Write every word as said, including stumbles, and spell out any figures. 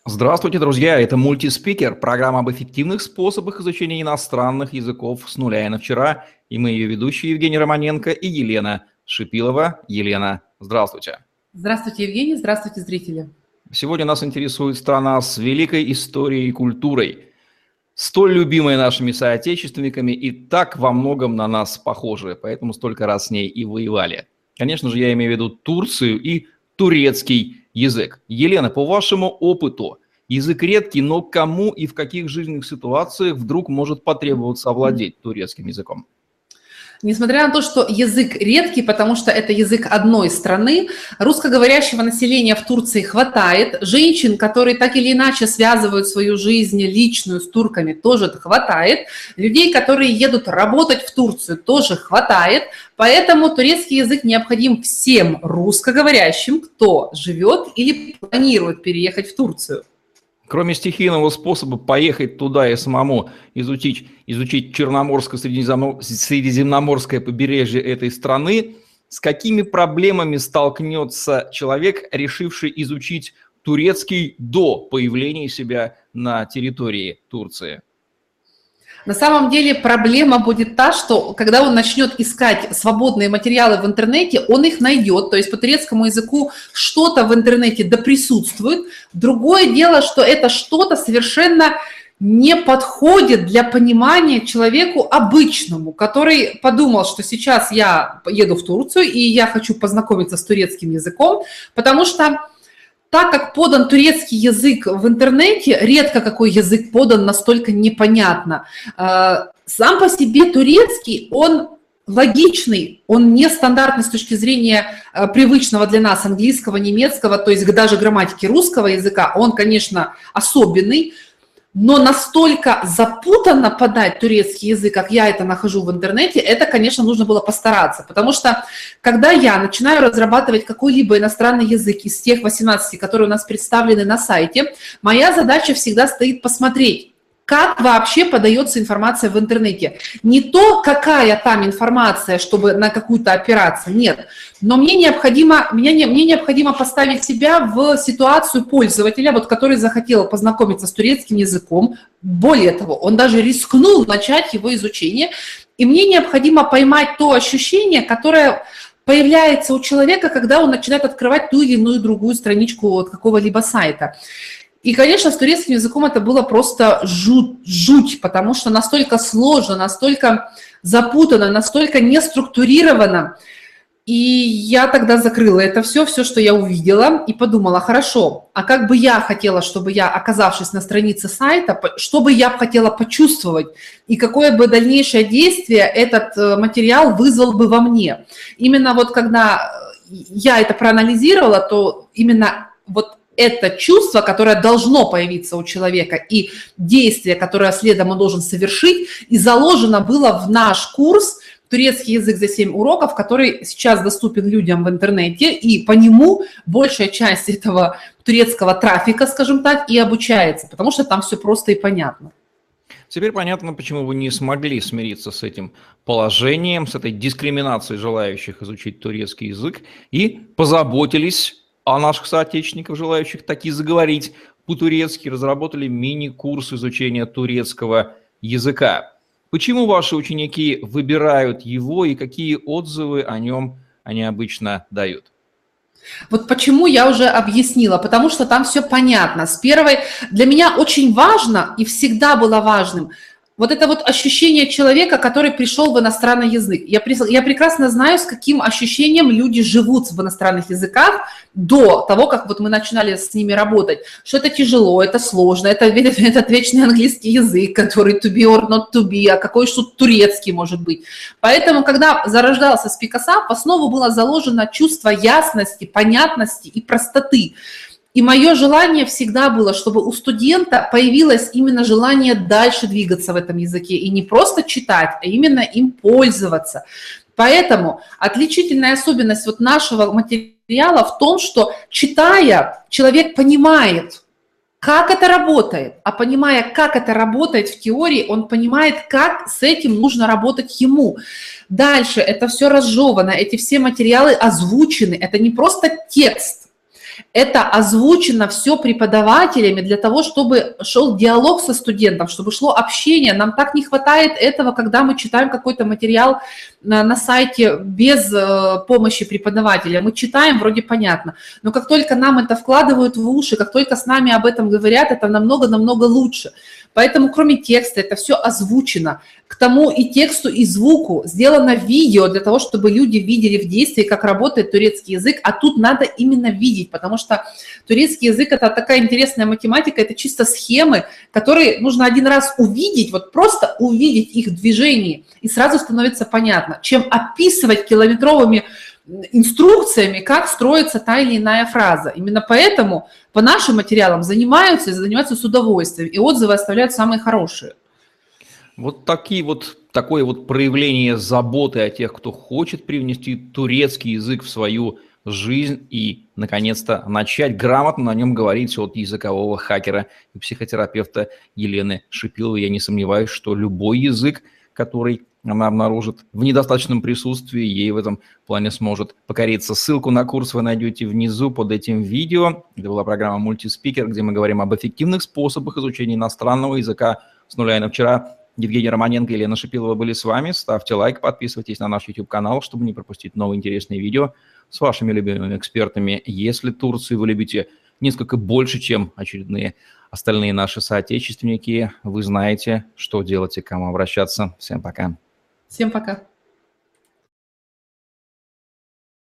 Здравствуйте, друзья! Это мультиспикер, программа об эффективных способах изучения иностранных языков с нуля и на вчера. И мы ее ведущие Евгений Романенко и Елена Шипилова. Елена, здравствуйте. Здравствуйте, Евгений. Здравствуйте, зрители. Сегодня нас интересует страна с великой историей и культурой, столь любимая нашими соотечественниками и так во многом на нас похожая, поэтому столько раз с ней и воевали. Конечно же, я имею в виду Турцию и турецкий язык. Елена, по вашему опыту, язык редкий, но кому и в каких жизненных ситуациях вдруг может потребоваться овладеть турецким языком? Несмотря на то, что язык редкий, потому что это язык одной страны, русскоговорящего населения в Турции хватает, женщин, которые так или иначе связывают свою жизнь личную с турками, тоже хватает, людей, которые едут работать в Турцию, тоже хватает, поэтому турецкий язык необходим всем русскоговорящим, кто живет или планирует переехать в Турцию. Кроме стихийного способа поехать туда и самому изучить, изучить Черноморско-Средиземноморское побережье этой страны, с какими проблемами столкнется человек, решивший изучить турецкий до появления себя на территории Турции? На самом деле проблема будет та, что когда он начнет искать свободные материалы в интернете, он их найдет, то есть по турецкому языку что-то в интернете да присутствует. Другое дело, что это что-то совершенно не подходит для понимания человеку обычному, который подумал, что сейчас я еду в Турцию и я хочу познакомиться с турецким языком, потому что так как подан турецкий язык в интернете, редко какой язык подан настолько непонятно. Сам по себе турецкий, он логичный, он нестандартный с точки зрения привычного для нас английского, немецкого, то есть даже грамматики русского языка, он, конечно, особенный. Но настолько запутанно подать турецкий язык, как я это нахожу в интернете, это, конечно, нужно было постараться. Потому что, когда я начинаю разрабатывать какой-либо иностранный язык из тех восемнадцати, которые у нас представлены на сайте, моя задача всегда стоит посмотреть, как вообще подается информация в интернете. Не то, какая там информация, чтобы на какую-то опираться, нет. Но мне необходимо, мне, не, мне необходимо поставить себя в ситуацию пользователя, вот, который захотел познакомиться с турецким языком. Более того, он даже рискнул начать его изучение. И мне необходимо поймать то ощущение, которое появляется у человека, когда он начинает открывать ту или иную другую страничку от какого-либо сайта. И, конечно, с турецким языком это было просто жуть, жуть, потому что настолько сложно, настолько запутано, настолько неструктурировано. И я тогда закрыла это все, все, что я увидела, и подумала, хорошо, а как бы я хотела, чтобы я, оказавшись на странице сайта, что бы я хотела почувствовать, и какое бы дальнейшее действие этот материал вызвал бы во мне. Именно вот когда я это проанализировала, то именно вот это чувство, которое должно появиться у человека, и действие, которое следом он должен совершить, и заложено было в наш курс «Турецкий язык за семь уроков», который сейчас доступен людям в интернете, и по нему большая часть этого турецкого трафика, скажем так, и обучается, потому что там все просто и понятно. Теперь понятно, почему вы не смогли смириться с этим положением, с этой дискриминацией желающих изучить турецкий язык, и позаботились о наших соотечественников, желающих таки заговорить по-турецки, разработали мини-курс изучения турецкого языка. Почему ваши ученики выбирают его и какие отзывы о нем они обычно дают? Вот почему я уже объяснила, потому что там все понятно. С первой для меня очень важно и всегда было важным вот это вот ощущение человека, который пришел в иностранный язык. Я, я прекрасно знаю, с каким ощущением люди живут в иностранных языках до того, как вот мы начинали с ними работать. Что это тяжело, это сложно, это этот вечный английский язык, который to be or not to be, а какой что турецкий может быть. Поэтому, когда зарождался SpeakASAP, в основу было заложено чувство ясности, понятности и простоты. И мое желание всегда было, чтобы у студента появилось именно желание дальше двигаться в этом языке. И не просто читать, а именно им пользоваться. Поэтому отличительная особенность вот нашего материала в том, что читая, человек понимает, как это работает. А понимая, как это работает в теории, он понимает, как с этим нужно работать ему. Дальше это все разжевано, эти все материалы озвучены. Это не просто текст. Это озвучено все преподавателями для того, чтобы шел диалог со студентом, чтобы шло общение. Нам так не хватает этого, когда мы читаем какой-то материал на, на сайте без э, помощи преподавателя. Мы читаем, вроде понятно. Но как только нам это вкладывают в уши, как только с нами об этом говорят, это намного-намного лучше. Поэтому кроме текста это все озвучено. К тому и тексту, и звуку сделано видео для того, чтобы люди видели в действии, как работает турецкий язык. А тут надо именно видеть, потому что турецкий язык – это такая интересная математика, это чисто схемы, которые нужно один раз увидеть, вот просто увидеть их движение, и сразу становится понятно, чем описывать километровыми инструкциями, как строится та или иная фраза. Именно поэтому по нашим материалам занимаются и занимаются с удовольствием, и отзывы оставляют самые хорошие. Вот такие вот, такое вот проявление заботы о тех, кто хочет привнести турецкий язык в свою жизнь и, наконец-то, начать грамотно на нем говорить от языкового хакера и психотерапевта Елены Шипиловой. Я не сомневаюсь, что любой язык, который она обнаружит в недостаточном присутствии, ей в этом плане сможет покориться. Ссылку на курс вы найдете внизу под этим видео. Это была программа «Мультиспикер», где мы говорим об эффективных способах изучения иностранного языка с нуля. И на вчера Евгений Романенко и Елена Шипилова были с вами. Ставьте лайк, подписывайтесь на наш YouTube-канал, чтобы не пропустить новые интересные видео с вашими любимыми экспертами. Если Турцию вы любите несколько больше, чем очередные остальные наши соотечественники, вы знаете, что делать и к кому обращаться. Всем пока. Всем пока.